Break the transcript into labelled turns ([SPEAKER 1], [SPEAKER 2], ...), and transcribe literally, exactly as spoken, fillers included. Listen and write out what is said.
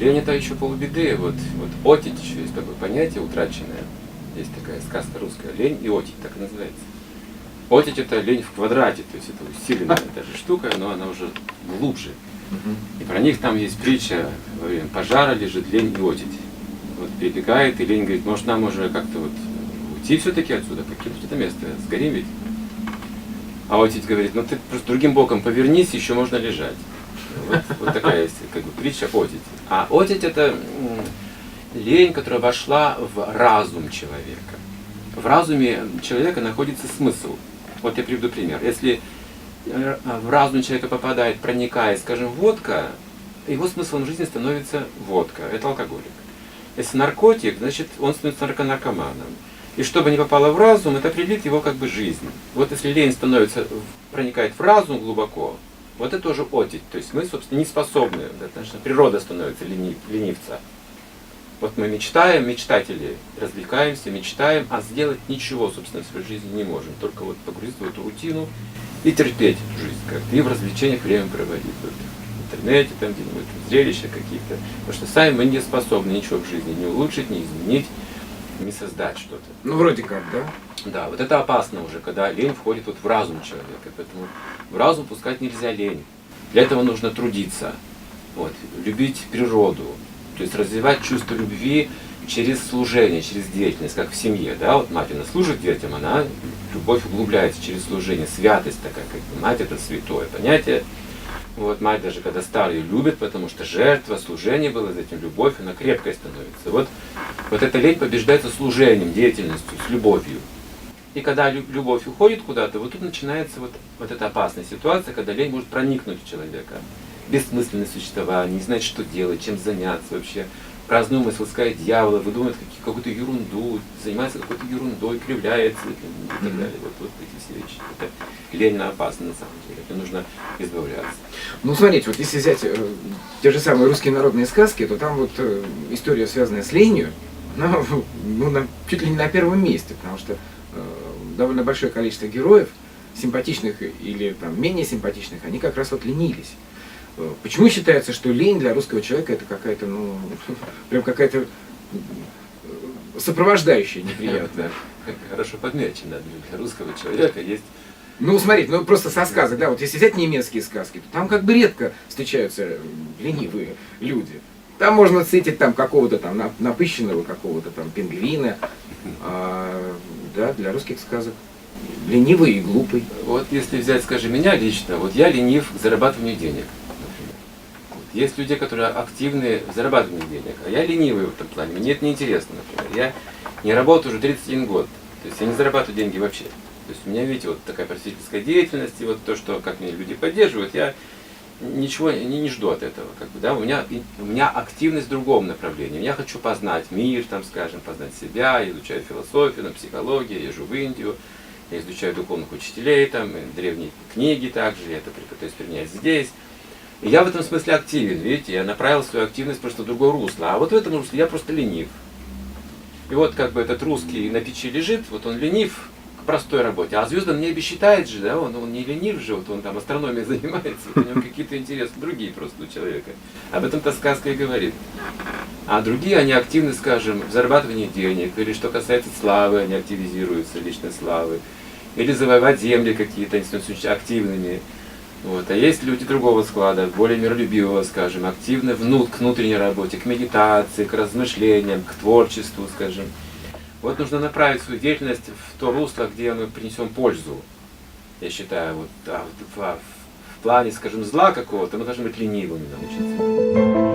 [SPEAKER 1] Лень это еще полбеды. Вот, вот отить еще есть такое понятие утраченное. Есть такая сказка русская. Лень и отить, так и называется. Отить это лень в квадрате, то есть это усиленная даже штука, но она уже глубже. И про них там есть притча, во время пожара лежит лень и отить. Вот перебегает, и лень говорит, может нам уже как-то вот уйти все-таки отсюда, покинуть это место, сгорим ведь. А отить говорит, ну ты просто другим боком повернись, еще можно лежать. Вот, вот такая есть как бы притча отить. А отить это лень, которая вошла в разум человека. В разуме человека находится смысл. Вот я приведу пример. Если в разум человека попадает, проникает, скажем, водка, его смыслом жизни становится водка. Это алкоголик. Если наркотик, значит он становится нарконаркоманом. И что бы ни попало в разум, это определит его как бы жизнь. Вот если лень становится, проникает в разум глубоко, вот это тоже отить. То есть мы, собственно, не способны. Это, наша природа становится ленив, ленивца. Вот мы мечтаем, мечтатели, развлекаемся, мечтаем, а сделать ничего, собственно, в своей жизни не можем. Только вот погрузиться в эту рутину и терпеть жизнь как-то. И в развлечениях время проводить. Вот, в интернете, там где-нибудь, зрелища какие-то. Потому что сами мы не способны ничего в жизни не улучшить, не изменить, не создать что-то.
[SPEAKER 2] Ну, вроде как, да?
[SPEAKER 1] Да, вот это опасно уже, когда лень входит вот в разум человека. Поэтому в разум пускать нельзя лень. Для этого нужно трудиться, вот, любить природу. То есть развивать чувство любви через служение, через деятельность, как в семье. Да? Вот мать, она служит детям, она, любовь углубляется через служение, святость такая, как бы, мать это святое понятие. Вот, мать даже когда старые любит, потому что жертва, служение было за этим, любовь, она крепкой становится. Вот, вот эта лень побеждается служением, деятельностью, с любовью. И когда любовь уходит куда-то, вот тут начинается вот, вот эта опасная ситуация, когда лень может проникнуть в человека. Бессмысленное существование, не знает, что делать, чем заняться вообще. Праздную мысль, искает дьявола, выдумывает какую-то ерунду, занимается какой-то ерундой, кривляется и так далее. Вот, вот эти все вещи. Это лень опасно на самом деле, это нужно избавляться.
[SPEAKER 2] Ну, смотрите, вот если взять э, те же самые русские народные сказки, то там вот э, история, связанная с ленью, она, ну, на, чуть ли не на первом месте, потому что э, довольно большое количество героев, симпатичных или там, менее симпатичных, они как раз вот ленились. Почему считается, что лень для русского человека это какая-то, ну, прям какая-то сопровождающая неприятная?
[SPEAKER 1] Хорошо подмечено, для русского человека есть...
[SPEAKER 2] Ну, смотрите, ну просто со сказок, да, вот если взять немецкие сказки, то там как бы редко встречаются ленивые люди. Там можно встретить там какого-то там напыщенного какого-то там пингвина, а, да, для русских сказок ленивый и глупый.
[SPEAKER 1] Вот если взять, скажем, меня лично, вот я ленив к зарабатыванию денег. Есть люди, которые активны в зарабатывании денег, а я ленивый в этом плане. Мне это неинтересно, например. Я не работаю уже тридцать один год, то есть я не зарабатываю деньги вообще. То есть у меня, видите, вот такая просветительская деятельность, и вот то, что как меня люди поддерживают, я ничего не, не жду от этого. Как бы, да? у, меня, у меня активность в другом направлении. Я хочу познать мир, там, скажем, познать себя, я изучаю философию, там, психологию, я езжу в Индию, я изучаю духовных учителей, там, древние книги также, я это пытаюсь применять здесь. И я в этом смысле активен, видите, я направил свою активность просто в другое русло. А вот в этом русле я просто ленив. И вот как бы этот русский на печи лежит, вот он ленив к простой работе. А звезда небе считает же, да, он, он не ленив же, вот он там астрономией занимается, вот у него какие-то интересы другие просто у человека. Об этом-то сказка и говорит. А другие, они активны, скажем, в зарабатывании денег, или что касается славы, они активизируются, личной славы. Или завоевать земли какие-то, они становятся активными. Вот. А есть люди другого склада, более миролюбивого, скажем, активны внут, к внутренней работе, к медитации, к размышлениям, к творчеству, скажем. Вот нужно направить свою деятельность в то русло, где мы принесем пользу. Я считаю, вот, а, в, в плане, скажем, зла какого-то мы должны быть ленивыми научиться.